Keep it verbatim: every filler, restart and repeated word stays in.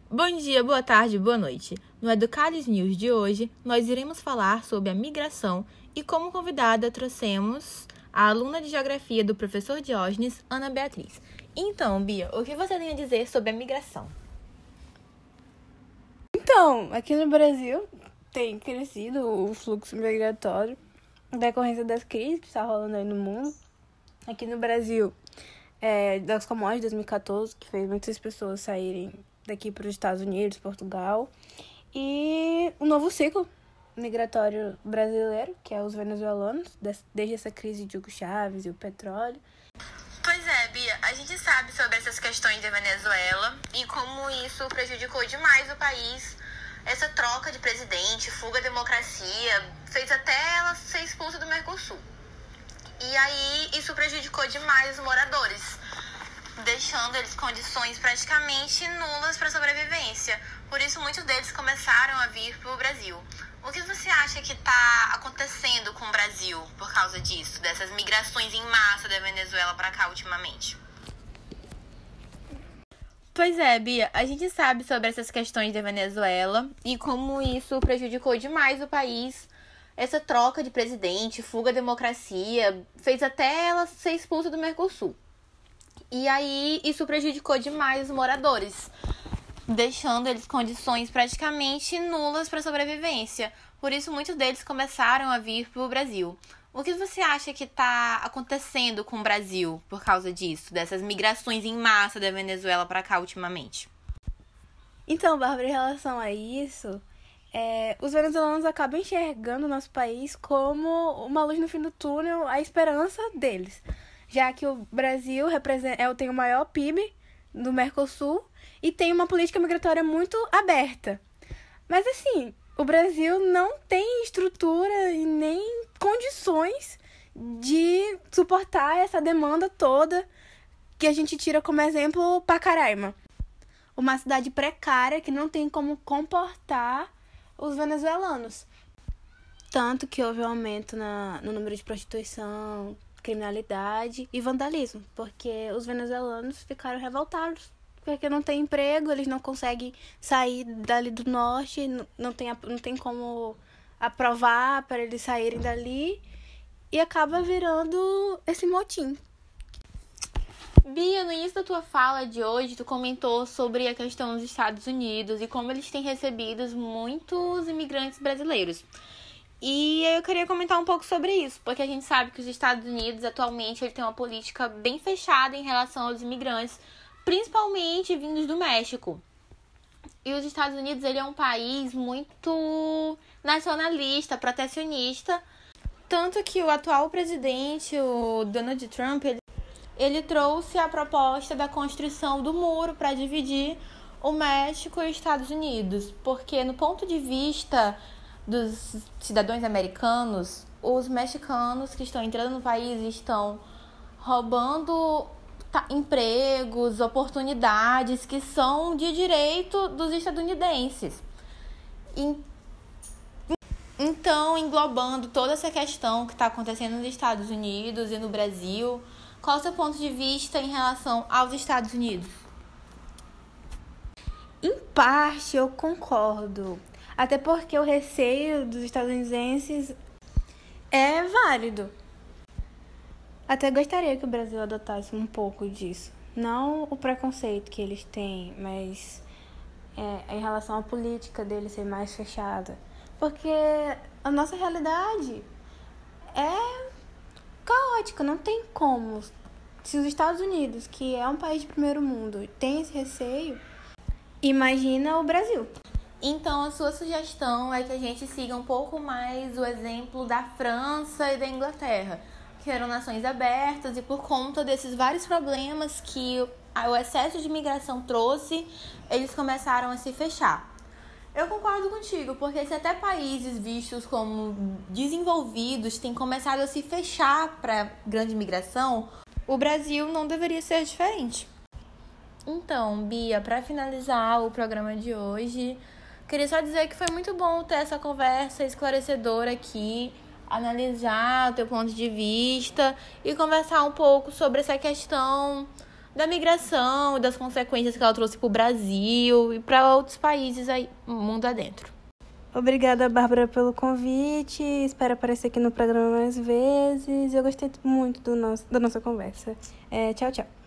Bom dia, boa tarde, boa noite. No Educades News de hoje, nós iremos falar sobre a migração e como convidada trouxemos a aluna de Geografia do professor Diógenes, Ana Beatriz. Então, Bia, o que você tem a dizer sobre a migração? Então, aqui no Brasil tem crescido o fluxo migratório em decorrência das crises que está rolando aí no mundo. Aqui no Brasil, é, das commodities de dois mil e catorze, que fez muitas pessoas saírem daqui para os Estados Unidos, Portugal, e o novo ciclo migratório brasileiro, que é os venezuelanos, desde essa crise de Hugo Chávez e o petróleo. Pois é, Bia, a gente sabe sobre essas questões da Venezuela e como isso prejudicou demais o país. Essa troca de presidente, fuga da democracia, fez até ela ser expulsa do Mercosul. E aí isso prejudicou demais os moradores, deixando eles condições praticamente nulas para sobrevivência. Por isso, muitos deles começaram a vir para o Brasil. O que você acha que está acontecendo com o Brasil por causa disso, dessas migrações em massa da Venezuela para cá ultimamente? Pois é, Bia, a gente sabe sobre essas questões da Venezuela e como isso prejudicou demais o país. Essa troca de presidente, fuga da democracia, fez até ela ser expulsa do Mercosul. E aí, isso prejudicou demais os moradores, deixando eles condições praticamente nulas para sobrevivência. Por isso, muitos deles começaram a vir para o Brasil. O que você acha que está acontecendo com o Brasil por causa disso, dessas migrações em massa da Venezuela para cá ultimamente? Então, Bárbara, em relação a isso, é, os venezuelanos acabam enxergando o nosso país como uma luz no fim do túnel, a esperança deles, já que o Brasil representa, é, tem o maior P I B do Mercosul e tem uma política migratória muito aberta. Mas, assim, o Brasil não tem estrutura e nem condições de suportar essa demanda toda, que a gente tira como exemplo Pacaraima, uma cidade precária que não tem como comportar os venezuelanos. Tanto que houve um aumento na, no número de prostituição, criminalidade e vandalismo, porque os venezuelanos ficaram revoltados, porque não tem emprego, eles não conseguem sair dali do norte, não tem, não tem como aprovar para eles saírem dali, e acaba virando esse motim. Bia, no início da tua fala de hoje, tu comentou sobre a questão dos Estados Unidos e como eles têm recebido muitos imigrantes brasileiros. E eu queria comentar um pouco sobre isso, porque a gente sabe que os Estados Unidos, atualmente, ele tem uma política bem fechada em relação aos imigrantes, principalmente vindos do México. E os Estados Unidos, ele é um país muito nacionalista, protecionista, tanto que o atual presidente, o Donald Trump, ele, ele trouxe a proposta da construção do muro para dividir o México e os Estados Unidos, porque no ponto de vista dos cidadãos americanos, os mexicanos que estão entrando no país estão roubando tá, empregos, oportunidades que são de direito dos estadunidenses. E, então, englobando toda essa questão que está acontecendo nos Estados Unidos e no Brasil, qual é o seu ponto de vista em relação aos Estados Unidos? Em parte, eu concordo. Até porque o receio dos estadunidenses é válido. Até gostaria que o Brasil adotasse um pouco disso. Não o preconceito que eles têm, mas é, em relação à política deles ser mais fechada. Porque a nossa realidade é caótica, não tem como. Se os Estados Unidos, que é um país de primeiro mundo, tem esse receio, imagina o Brasil. Então, a sua sugestão é que a gente siga um pouco mais o exemplo da França e da Inglaterra, que eram nações abertas e por conta desses vários problemas que o excesso de imigração trouxe, eles começaram a se fechar. Eu concordo contigo, porque se até países vistos como desenvolvidos têm começado a se fechar para grande imigração, o Brasil não deveria ser diferente. Então, Bia, para finalizar o programa de hoje, queria só dizer que foi muito bom ter essa conversa esclarecedora aqui, analisar o teu ponto de vista e conversar um pouco sobre essa questão da migração, das consequências que ela trouxe para o Brasil e para outros países aí, mundo adentro. Obrigada, Bárbara, pelo convite. Espero aparecer aqui no programa mais vezes. Eu gostei muito do nosso, da nossa conversa. É, tchau, tchau.